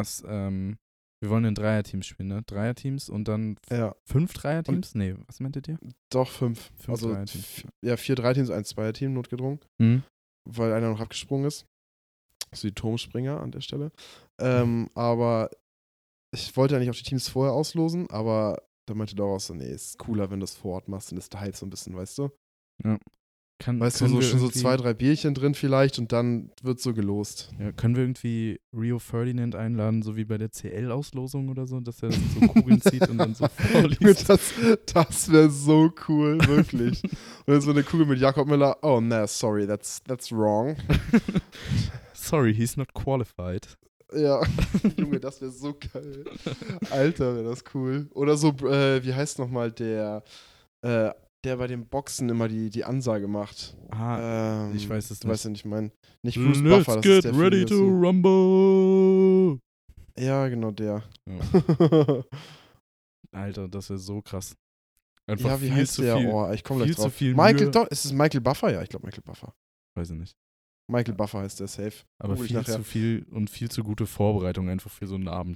Wir wollen in Dreierteams spielen, ne? Dreierteams und dann Ja, 5 Dreierteams? Nee, was meintet ihr? doch 5. 5 Also Dreierteams. 4 Dreiteams, 1 Zweierteam notgedrungen, Mhm. weil einer noch abgesprungen ist. Also die Turmspringer an der Stelle. Aber ich wollte ja nicht auf die Teams vorher auslosen, aber da meinte Dora auch so, nee, ist cooler, wenn du das vor Ort machst und das teilt so ein bisschen, weißt du? Ja. Weißt du, so schon so 2, 3 Bierchen drin vielleicht und dann wird so gelost. Ja, können wir irgendwie Rio Ferdinand einladen, so wie bei der CL-Auslosung oder so, dass er dann so Kugeln zieht und dann so vorliest? Das wäre so cool, wirklich. Und dann so eine Kugel mit Jakob Müller. Oh, no, sorry, that's wrong. Sorry, he's not qualified. Ja, Junge, das wäre so geil. Alter, wäre das cool. Oder so, wie heißt nochmal der bei dem Boxen immer die Ansage macht. Ich weiß es Du nicht. weißt ja nicht, nicht Bruce Let's Buffer, das get ist der ready to rumble. Ja, genau, der. Ja. Alter, das wäre so krass. Einfach ja, wie viel heißt zu der? viel, Oh, ich komme gleich viel zu drauf. viel Michael, Mühe. doch, ist es Michael Buffer? Ja, ich glaube Michael Buffer. Weiß ich nicht. Michael Buffer heißt der, safe. Aber Google ich viel nachher. zu viel und viel zu gute Vorbereitung einfach für so einen Abend.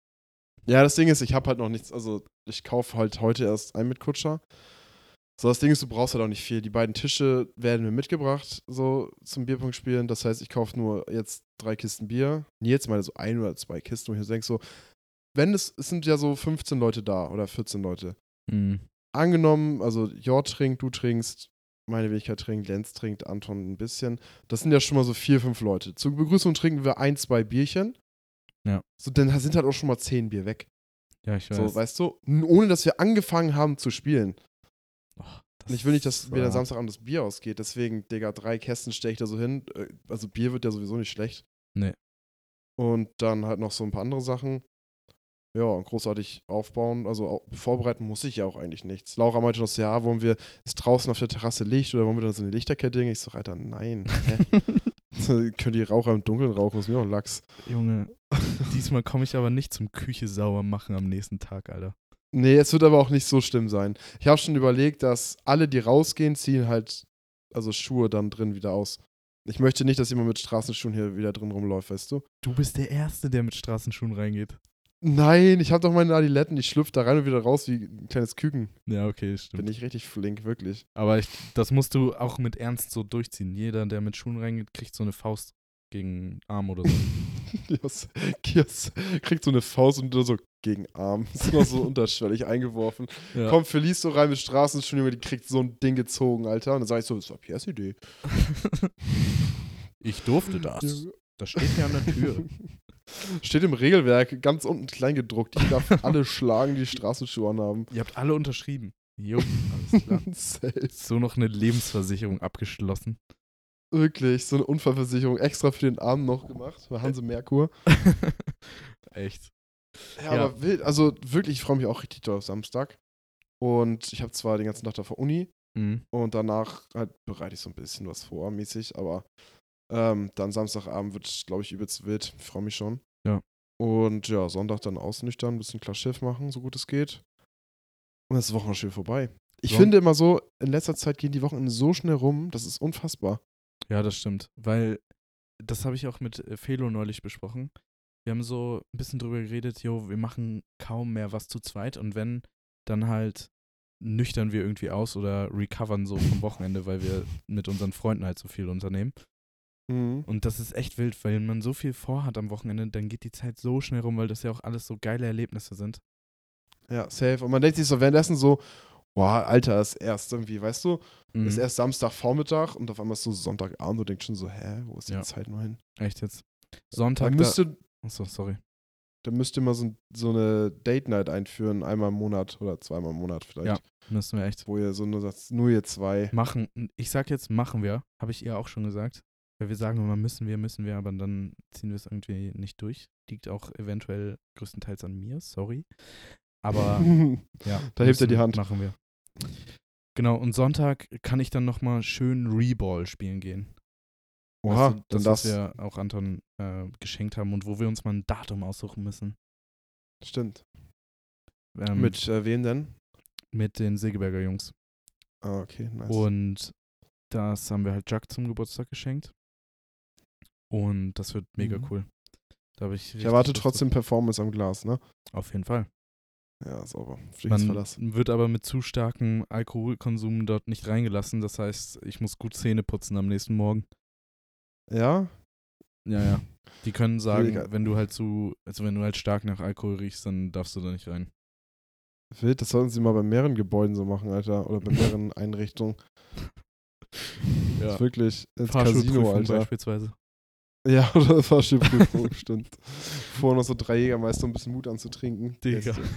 Ja, das Ding ist, ich habe halt noch nichts, also ich kaufe halt heute erst ein mit Kutscher. So, das Ding ist, du brauchst halt auch nicht viel. Die beiden Tische werden mir mitgebracht, so zum Bierpong spielen. Das heißt, ich kaufe nur jetzt 3 Kisten Bier. Jetzt mal so 1 oder 2 Kisten, wo ich denke so, es sind ja so 15 Leute da oder 14 Leute. Mhm. Angenommen, also Jord trinkt, du trinkst, meine Wenigkeit trinkt, Lenz trinkt, Anton ein bisschen. Das sind ja schon mal so 4, 5 Leute. Zur Begrüßung trinken wir 1, 2 Bierchen. Ja. So, dann sind halt auch schon mal 10 Bier weg. Ja, ich weiß. So, weißt du, ohne dass wir angefangen haben zu spielen. Och, Und ich will nicht, dass mir war- dann Samstagabend das Bier ausgeht. Deswegen, Digga, 3 Kästen stelle ich da so hin. Also Bier wird ja sowieso nicht schlecht. Nee. Und dann halt noch so ein paar andere Sachen. Ja, und großartig aufbauen. Also vorbereiten muss ich ja auch eigentlich nichts. Laura meinte noch so, ja, ist draußen auf der Terrasse Licht oder wollen wir da so eine Lichterkette hängen? Ich so, Alter, nein. Können die Raucher im Dunkeln rauchen? Ist mir auch Lachs. Junge, diesmal komme ich aber nicht zum Küche sauber machen am nächsten Tag, Alter. Nee, es wird aber auch nicht so schlimm sein. Ich habe schon überlegt, dass alle, die rausgehen, ziehen halt also Schuhe dann drin wieder aus. Ich möchte nicht, dass jemand mit Straßenschuhen hier wieder drin rumläuft, weißt du? Du bist der Erste, der mit Straßenschuhen reingeht. Nein, ich habe doch meine Adiletten, ich schlüpfe da rein und wieder raus wie ein kleines Küken. Ja, okay, stimmt. Bin ich richtig flink, wirklich. Aber das musst du auch mit Ernst so durchziehen. Jeder, der mit Schuhen reingeht, kriegt so eine Faust gegen Arm oder so. Kios kriegt so eine Faust und so gegen Arm. Ist noch so unterschwellig eingeworfen. Ja. Kommt Felice so rein mit Straßenschuhen, die kriegt so ein Ding gezogen, Alter. Und dann sage ich so, das war Piers Idee. Ich durfte das. Das steht mir an der Tür. Steht im Regelwerk, ganz unten klein gedruckt. Ich darf alle schlagen, die Straßenschuhe anhaben. Ihr habt alle unterschrieben. Jo, alles klar. Safe. So noch eine Lebensversicherung abgeschlossen. Wirklich, so eine Unfallversicherung extra für den Arm noch gemacht, bei Hanse Merkur. Echt. Ja, aber wild, also wirklich, ich freue mich auch richtig doll auf Samstag. Und ich habe zwar den ganzen Tag davor Uni und danach halt bereite ich so ein bisschen was vor, mäßig, aber dann Samstagabend wird, glaube ich, übelst wild. Ich freue mich schon. Ja. Und ja, Sonntag dann ausnüchtern, ein bisschen klar Schiff machen, so gut es geht. Und das Wochenende schon vorbei. Ich finde immer so, in letzter Zeit gehen die Wochenende so schnell rum, das ist unfassbar. Ja, das stimmt. Weil, das habe ich auch mit Felo neulich besprochen. Wir haben so ein bisschen drüber geredet, wir machen kaum mehr was zu zweit und wenn, dann halt nüchtern wir irgendwie aus oder recovern so vom Wochenende, weil wir mit unseren Freunden halt so viel unternehmen. Mhm. Und das ist echt wild, weil man so viel vorhat am Wochenende, dann geht die Zeit so schnell rum, weil das ja auch alles so geile Erlebnisse sind. Ja, safe. Und man denkt sich so währenddessen so, boah, Alter, ist erst irgendwie, weißt du, ist erst Samstagvormittag und auf einmal ist so Sonntagabend und denkt schon so, wo ist die Zeit nur hin? Echt jetzt? Sonntag Achso, sorry. Da müsste man so eine Date-Night einführen, einmal im Monat oder zweimal im Monat vielleicht. Ja, müssen wir echt. Wo ihr so nur sagt, nur ihr zwei. Machen, ich sag jetzt, machen wir, habe ich ihr auch schon gesagt. Weil wir sagen immer, müssen wir, aber dann ziehen wir es irgendwie nicht durch. Liegt auch eventuell größtenteils an mir, sorry. Aber ja. Da hebt er die Hand. Machen wir. Genau, und Sonntag kann ich dann nochmal schön Reball spielen gehen. Oha, weißt du, was wir auch Anton geschenkt haben und wo wir uns mal ein Datum aussuchen müssen. Stimmt. Mit wem denn? Mit den Segeberger Jungs. Ah, okay, nice. Und das haben wir halt Jack zum Geburtstag geschenkt. Und das wird mega cool. Da habe ich erwarte trotzdem Performance am Glas, ne? Auf jeden Fall. Ja, sauber. Man wird aber mit zu starkem Alkoholkonsum dort nicht reingelassen. Das heißt, ich muss gut Zähne putzen am nächsten Morgen. Ja? Ja. Die können sagen, wenn du halt stark nach Alkohol riechst, dann darfst du da nicht rein. Wild, das sollten sie mal bei mehreren Gebäuden so machen, Alter. Oder bei mehreren Einrichtungen. Ja. Ist wirklich ins Fahrschulprüfung Casino, Alter. beispielsweise. Ja, oder Fahrschulprüfung, stimmt. Vorher noch so 3 Jägermeister, um ein bisschen Mut anzutrinken. Digga. Beste.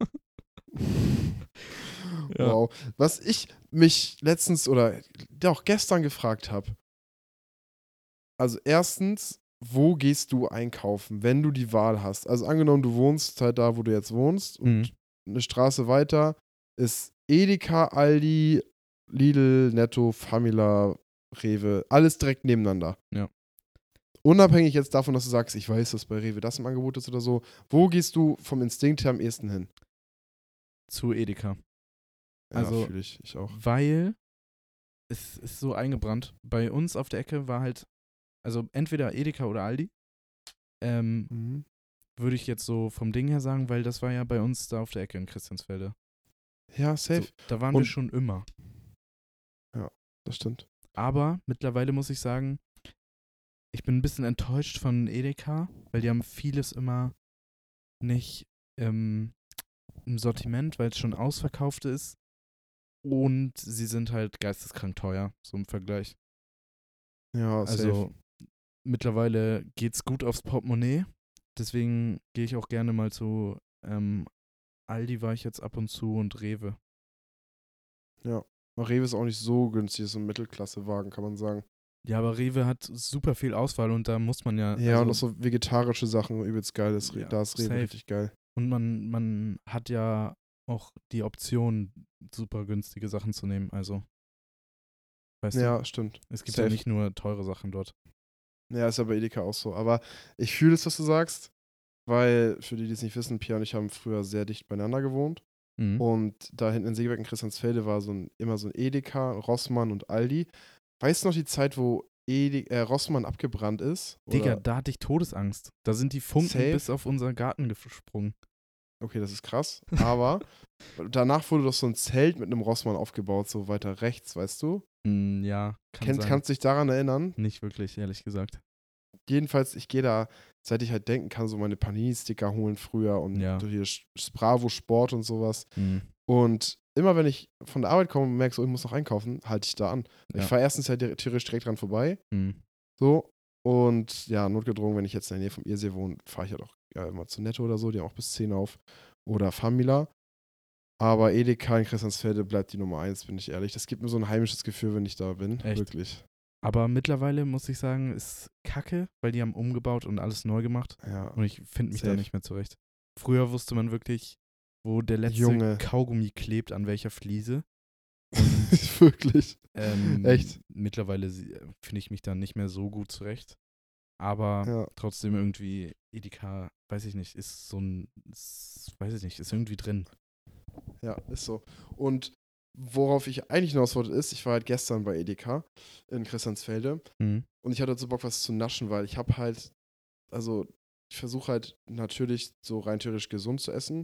Ja. Wow. Was ich mich letztens oder auch gestern gefragt habe. Also erstens, wo gehst du einkaufen, wenn du die Wahl hast? Also angenommen, du wohnst halt da, wo du jetzt wohnst und eine Straße weiter ist Edeka, Aldi, Lidl, Netto, Famila, Rewe, alles direkt nebeneinander. Ja. Unabhängig jetzt davon, dass du sagst, ich weiß, dass bei Rewe das im Angebot ist oder so, wo gehst du vom Instinkt her am ehesten hin? Zu Edeka. Ja, Also, fühle ich auch. weil es ist so eingebrannt. Bei uns auf der Ecke war halt, also entweder Edeka oder Aldi. Mhm. Würde ich jetzt so vom Ding her sagen, weil das war ja bei uns da auf der Ecke in Christiansfelde. Ja, safe. So, da waren wir schon immer. Ja, das stimmt. Aber mittlerweile muss ich sagen, ich bin ein bisschen enttäuscht von Edeka, weil die haben vieles immer nicht im Sortiment, weil es schon ausverkauft ist. Und sie sind halt geisteskrank teuer, so im Vergleich. Ja, safe. Also mittlerweile geht's gut aufs Portemonnaie. Deswegen gehe ich auch gerne mal zu Aldi war ich jetzt ab und zu und Rewe. Ja. Aber Rewe ist auch nicht so günstig, ist so ein Mittelklassewagen, kann man sagen. Ja, aber Rewe hat super viel Auswahl und da muss man ja. Ja, also, und auch so vegetarische Sachen, übelst geil. Ja, Da ist Rewe safe. richtig geil. Und man hat ja auch die Option, super günstige Sachen zu nehmen. Also, weißt du, Ja, stimmt. es gibt Safe. ja nicht nur teure Sachen dort. Ja, ist ja bei Edeka auch so. Aber ich fühle es, was du sagst, weil, für die, die es nicht wissen, Pia und ich haben früher sehr dicht beieinander gewohnt. Mhm. Und da hinten in Segeberg in Christiansfelde war immer so ein Edeka, Rossmann und Aldi. Weißt du noch die Zeit, wo Rossmann abgebrannt ist? Digga, Oder da hatte ich Todesangst. Da sind die Funken safe? bis auf unseren Garten gesprungen. Okay, das ist krass. Aber danach wurde doch so ein Zelt mit einem Rossmann aufgebaut, so weiter rechts, weißt du? Ja, kann sein. Kannst du dich daran erinnern? Nicht wirklich, ehrlich gesagt. Jedenfalls, ich gehe da, seit ich halt denken kann, so meine Panini-Sticker holen früher und Ja. hier Bravo Sport und sowas. Mhm. Und immer wenn ich von der Arbeit komme und merke, so, ich muss noch einkaufen, halte ich da an. Ja. Ich fahre erstens halt theoretisch direkt dran vorbei. Mhm. So. Und ja, notgedrungen, wenn ich jetzt in der Nähe vom Irsee wohne, fahre ich halt auch immer zu Netto oder so, die haben auch bis 10 auf. Oder Famila. Aber Edeka in Christiansfelde bleibt die Nummer 1, bin ich ehrlich. Das gibt mir so ein heimisches Gefühl, wenn ich da bin. Echt? Wirklich. Aber mittlerweile muss ich sagen, ist kacke, weil die haben umgebaut und alles neu gemacht. Ja. Und ich finde mich da Safe. nicht mehr zurecht. Früher wusste man wirklich, wo der letzte Junge. Kaugummi klebt, an welcher Fliese. Wirklich. Echt. Mittlerweile finde ich mich da nicht mehr so gut zurecht. Aber Ja. trotzdem irgendwie Edeka, weiß ich nicht, ist irgendwie drin. Ja, ist so. Und worauf ich eigentlich hinaus wollte, ist, ich war halt gestern bei Edeka in Christiansfelde Mhm. und ich hatte so Bock, was zu naschen, weil ich habe halt, also ich versuche halt natürlich so rein theoretisch gesund zu essen,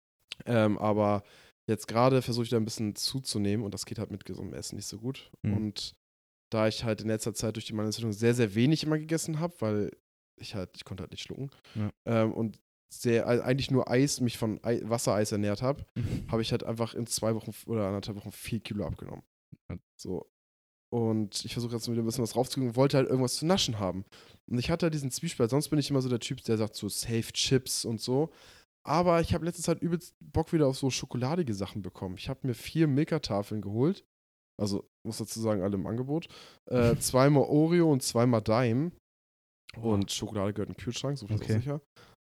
aber jetzt gerade versuche ich da ein bisschen zuzunehmen und das geht halt mit gesundem Essen nicht so gut. Mhm. Und da ich halt in letzter Zeit durch die Mandelentzündung sehr, sehr wenig immer gegessen habe, weil ich konnte halt nicht schlucken und eigentlich nur mich von Wassereis ernährt habe, habe ich halt einfach in 2 Wochen oder 1,5 Wochen 4 Kilo abgenommen. Ja. So. Und ich versuche jetzt wieder ein bisschen was draufzukriegen und wollte halt irgendwas zu naschen haben. Und ich hatte halt diesen Zwiespalt. Sonst bin ich immer so der Typ, der sagt so safe Chips und so. Aber ich habe letzte Zeit übelst Bock wieder auf so schokoladige Sachen bekommen. Ich habe mir 4 Milka-Tafeln geholt. Also, muss dazu sagen, alle im Angebot. 2-mal Oreo und 2-mal Daim. Und Schokolade gehört in den Kühlschrank, so viel ist auch sicher.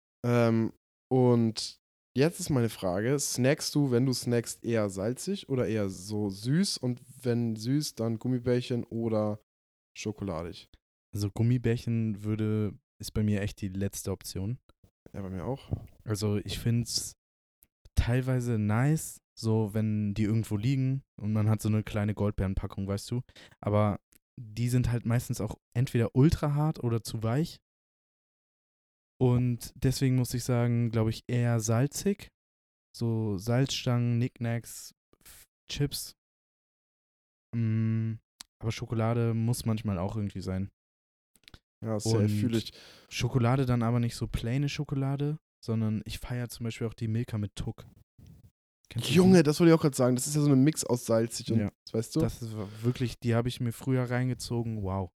Und jetzt ist meine Frage: Snackst du, wenn du snackst, eher salzig oder eher so süß? Und wenn süß, dann Gummibärchen oder schokoladig? Also Gummibärchen ist bei mir echt die letzte Option. Ja, bei mir auch. Also ich finde es teilweise nice, so wenn die irgendwo liegen und man hat so eine kleine Goldbeerenpackung, weißt du. Aber die sind halt meistens auch entweder ultra hart oder zu weich. Und deswegen muss ich sagen, glaube ich, eher salzig. So Salzstangen, Knickknacks, Chips. Aber Schokolade muss manchmal auch irgendwie sein. Ja, sehr fühle ich. Schokolade dann aber nicht so plaine Schokolade, sondern ich feiere zum Beispiel auch die Milka mit Tuck. Kennst du Junge, das wollte ich auch gerade sagen. Das ist ja so eine Mix aus salzig und, Ja. weißt du? Das ist wirklich, die habe ich mir früher reingezogen. Wow,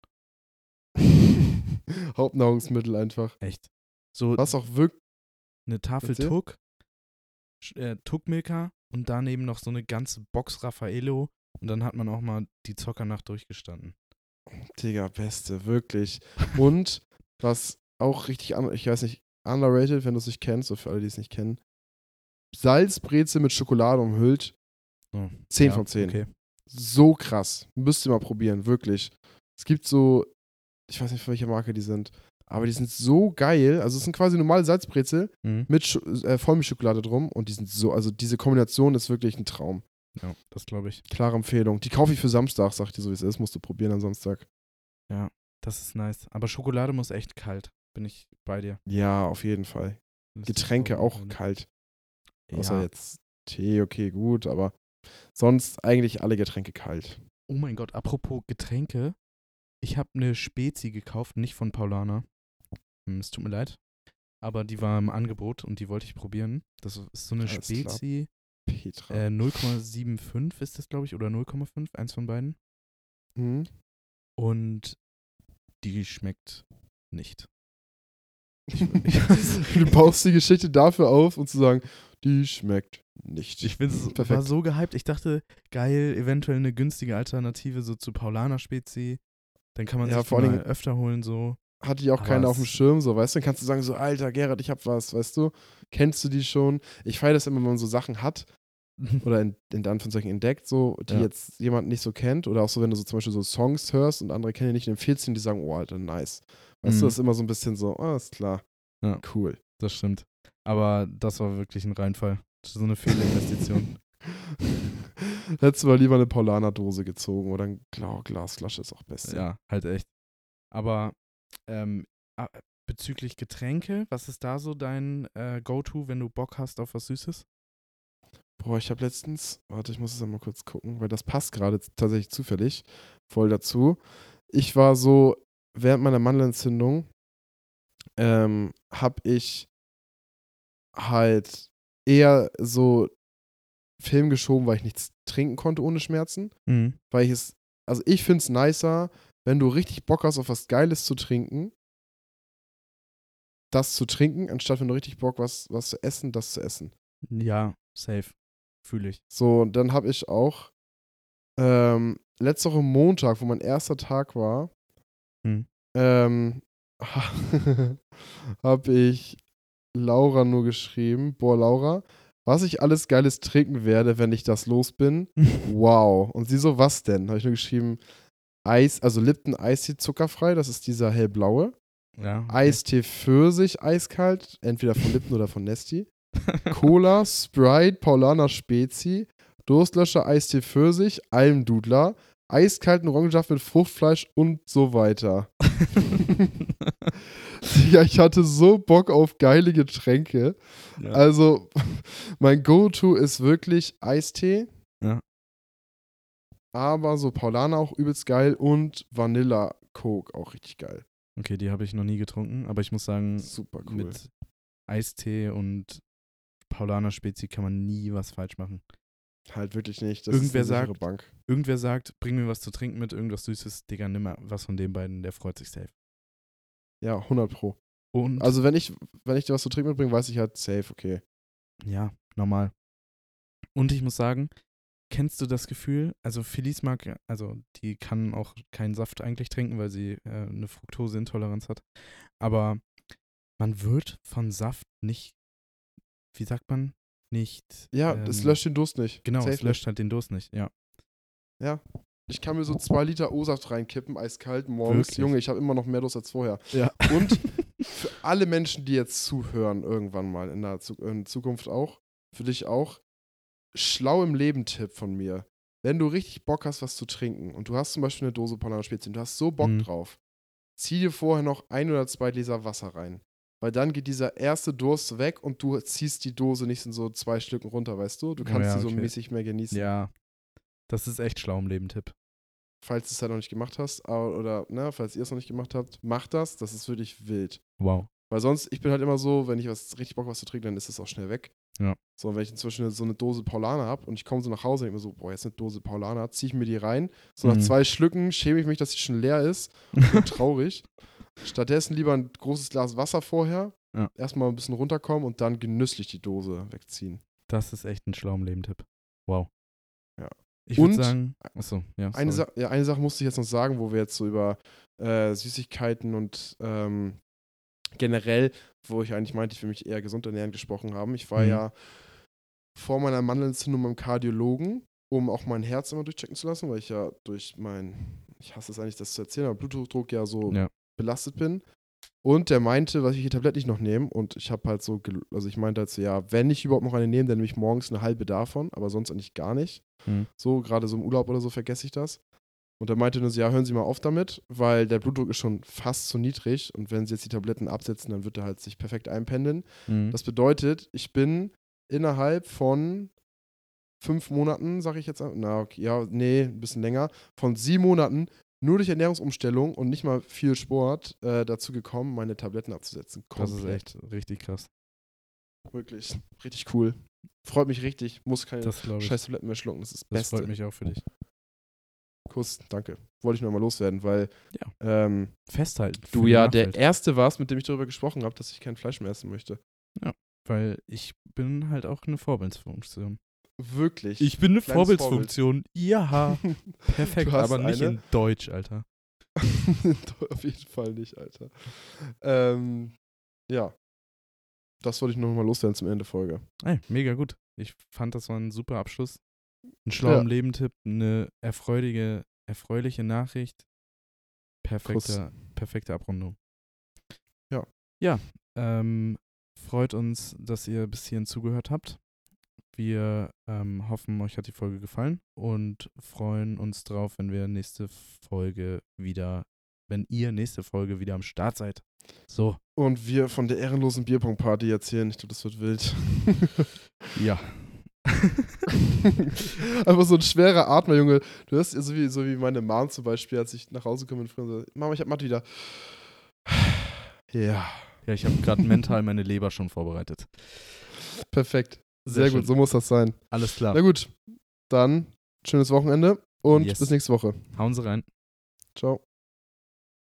Hauptnahrungsmittel einfach. echt. So Was auch wirklich. eine Tafel Erzähl. Tuck, Tuckmilka und daneben noch so eine ganze Box Raffaello und dann hat man auch mal die Zockernacht durchgestanden. Digga, beste, wirklich. Und was auch richtig, ich weiß nicht, underrated, wenn du es nicht kennst, so für alle, die es nicht kennen. Salzbrezel mit Schokolade umhüllt. So. 10 Ja, von 10. okay. So krass. Müsst ihr mal probieren, wirklich. Es gibt so, ich weiß nicht, von welcher Marke die sind, aber die sind so geil. Also es sind quasi normale Salzbrezel Mhm. mit Vollmilchschokolade drum und die sind so, also diese Kombination ist wirklich ein Traum. Ja, das glaube ich. Klare Empfehlung. Die kaufe ich für Samstag, sag ich dir so, wie es ist. Musst du probieren am Samstag. Ja, das ist nice. Aber Schokolade muss echt kalt. Bin ich bei dir. Ja, auf jeden Fall. Müsste ich Getränke auch probieren. kalt. Außer Ja. jetzt Tee, okay, gut, aber sonst eigentlich alle Getränke kalt. Oh mein Gott, apropos Getränke. Ich habe eine Spezi gekauft, nicht von Paulaner. Es tut mir leid. Aber die war im Angebot und die wollte ich probieren. Das ist so eine Alles klar. Spezi. Petra. 0,75 ist das, glaube ich, oder 0,5, eins von beiden. Hm? Und die schmeckt nicht. Du baust die Geschichte dafür auf, um zu sagen, die schmeckt nicht. Ich bin Perfekt. war so gehypt. Ich dachte, geil, eventuell eine günstige Alternative so zu Paulaner Spezi. Dann kann man Ja, sich die vor allen mal Dingen- öfter holen so. Hatte ich auch Aber keiner auf dem es- Schirm, so, weißt du? Dann kannst du sagen, so, Alter, Gerhard, ich hab was, weißt du? Kennst du die schon? Ich feiere das immer, wenn man so Sachen hat oder in Anführungszeichen entdeckt, so, die Ja. jetzt jemand nicht so kennt. Oder auch so, wenn du so zum Beispiel so Songs hörst und andere kennen die nicht und empfiehlst die sagen, oh, Alter, nice. Weißt du, Mhm. das ist immer so ein bisschen so, ah, ist klar. Ja. Cool. Das stimmt. Aber das war wirklich ein Reinfall. So eine Fehlinvestition. Hättest du mal lieber eine Paulaner-Dose gezogen oder ein Glasflasche ist auch besser. Ja, halt echt. Aber bezüglich Getränke, was ist da so dein Go-To, wenn du Bock hast auf was Süßes? Boah, ich habe letztens, warte, ich muss es einmal kurz gucken, weil das passt gerade tatsächlich zufällig voll dazu. Ich war so, während meiner Mandelentzündung, habe ich halt eher so Film geschoben, weil ich nichts trinken konnte ohne Schmerzen. Mhm. Weil ich finde es nicer, wenn du richtig Bock hast auf was Geiles zu trinken, das zu trinken, anstatt wenn du richtig Bock was zu essen, das zu essen. Ja, safe. Fühle ich. So, und dann habe ich auch letzte Woche Montag, wo mein erster Tag war, Mhm. habe ich Laura nur geschrieben, boah, Laura, was ich alles Geiles trinken werde, wenn ich das los bin. Wow. Und sie so, was denn? Habe ich nur geschrieben, also Lipton Eistee zuckerfrei, das ist dieser hellblaue. Ja. Okay. Eistee Pfirsich eiskalt, entweder von Lipton oder von Nesti. Cola, Sprite, Paulaner Spezi, Durstlöscher, Eistee Pfirsich, Almdudler, eiskalten Orangensaft mit Fruchtfleisch und so weiter. Ja, ich hatte so Bock auf geile Getränke. Ja. Also, mein Go-To ist wirklich Eistee. Ja. Aber so Paulaner auch übelst geil und Vanilla Coke auch richtig geil. Okay, die habe ich noch nie getrunken, aber ich muss sagen, Super cool. mit Eistee und Paulaner Spezi kann man nie was falsch machen. Halt wirklich nicht. Das Irgendwer ist eine sichere sagt- Bank. Irgendwer sagt, bring mir was zu trinken mit, irgendwas Süßes, Digga, nimm mal was von den beiden, der freut sich safe. Ja, 100 Pro. Und, Also wenn ich dir was zu trinken mitbringe, weiß ich halt safe, okay. ja, normal. Und ich muss sagen, kennst du das Gefühl, also Felice mag, also die kann auch keinen Saft eigentlich trinken, weil sie eine Fructoseintoleranz hat, aber man wird von Saft nicht, wie sagt man, nicht. Ja, es löscht den Durst nicht. Genau, Safe es löscht halt den Durst nicht, ja. nicht. Ja. Ich kann mir so 2 Liter O-Saft reinkippen, eiskalt morgens. Wirklich? Junge, ich habe immer noch mehr Durst als vorher. Ja. Und für alle Menschen, die jetzt zuhören, irgendwann mal in Zukunft auch, für dich auch, schlau im Leben-Tipp von mir. Wenn du richtig Bock hast, was zu trinken und du hast zum Beispiel eine Dose Paulaner Spezi und du hast so Bock Mhm. drauf, zieh dir vorher noch 1 oder 2 Gläser Wasser rein. Weil dann geht dieser erste Durst weg und du ziehst die Dose nicht in so 2 Stücken runter, weißt du? Du kannst ja, die so okay. mäßig mehr genießen. Ja, das ist echt schlau im Leben-Tipp. Falls du es halt noch nicht gemacht hast, oder falls ihr es noch nicht gemacht habt, macht das. Das ist wirklich wild. Wow. Weil sonst, ich bin halt immer so, wenn ich richtig Bock was zu trinken, dann ist es auch schnell weg. Ja. So, wenn ich inzwischen so eine Dose Paulaner habe und ich komme so nach Hause und denke mir so, boah, jetzt eine Dose Paulaner, ziehe ich mir die rein. So nach 2 Schlücken schäme ich mich, dass sie schon leer ist und bin traurig. Stattdessen lieber ein großes Glas Wasser vorher, Ja. erstmal ein bisschen runterkommen und dann genüsslich die Dose wegziehen. Das ist echt ein schlauer Leben-Tipp. Wow. Ja. Ich würde Und sagen, achso, ja. Eine sorry. Sache musste ich jetzt noch sagen, wo wir jetzt so über Süßigkeiten und generell, wo ich eigentlich meinte, ich will mich eher gesund ernähren, gesprochen haben. Ich war ja vor meiner Mandelentzündung beim Kardiologen, um auch mein Herz immer durchchecken zu lassen, weil ich ja durch ich hasse es eigentlich, das zu erzählen, aber Bluthochdruck ja so belastet bin. Und der meinte, was ich die Tablette nicht noch nehme. Und ich habe halt so, also ich meinte halt so, ja, wenn ich überhaupt noch eine nehme, dann nehme ich morgens eine halbe davon, aber sonst eigentlich gar nicht. So, gerade so im Urlaub oder so vergesse ich das. Und er meinte nur so, ja, hören Sie mal auf damit, weil der Blutdruck ist schon fast zu niedrig. Und wenn Sie jetzt die Tabletten absetzen, dann wird er halt sich perfekt einpendeln. Das bedeutet, ich bin innerhalb von 5 Monaten, sage ich jetzt, ein bisschen länger, von 7 Monaten nur durch Ernährungsumstellung und nicht mal viel Sport dazu gekommen, meine Tabletten abzusetzen. Das ist echt richtig krass. Wirklich, richtig cool. Freut mich richtig. Muss keine scheiß Tabletten mehr schlucken. Das ist das Das Beste. freut mich auch für dich. Kuss, danke. Wollte ich nur mal loswerden, weil festhalten. du ja der Erste warst, mit dem ich darüber gesprochen habe, dass ich kein Fleisch mehr essen möchte. Ja, weil ich bin halt auch eine Vorbildsfunktion. Wirklich? Ich bin eine Vorbildsfunktion. Ja, perfekt, aber nicht in Deutsch, Alter. Auf jeden Fall nicht, Alter. Ja. Das wollte ich noch mal loswerden zum Ende der Folge. Ey, mega gut. Ich fand, das war ein super Abschluss. Ein schlauer Leben-Tipp, eine erfreuliche Nachricht. Perfekte Abrundung. Ja. Ja, freut uns, dass ihr bis hierhin zugehört habt. Wir hoffen, euch hat die Folge gefallen und freuen uns drauf, wenn ihr nächste Folge wieder am Start seid. So. Und wir von der ehrenlosen Bierpong-Party erzählen. Ich glaube, das wird wild. Ja. Einfach so ein schwerer Atmer, Junge. Du hörst so wie meine Mom zum Beispiel, als ich nach Hause komme und früher so, Mama, ich hab Mathe wieder. Ja. Ja, ich habe gerade mental meine Leber schon vorbereitet. Perfekt. Sehr gut, so muss das sein. Alles klar. Na gut, dann schönes Wochenende und bis nächste Woche. Hauen Sie rein. Ciao.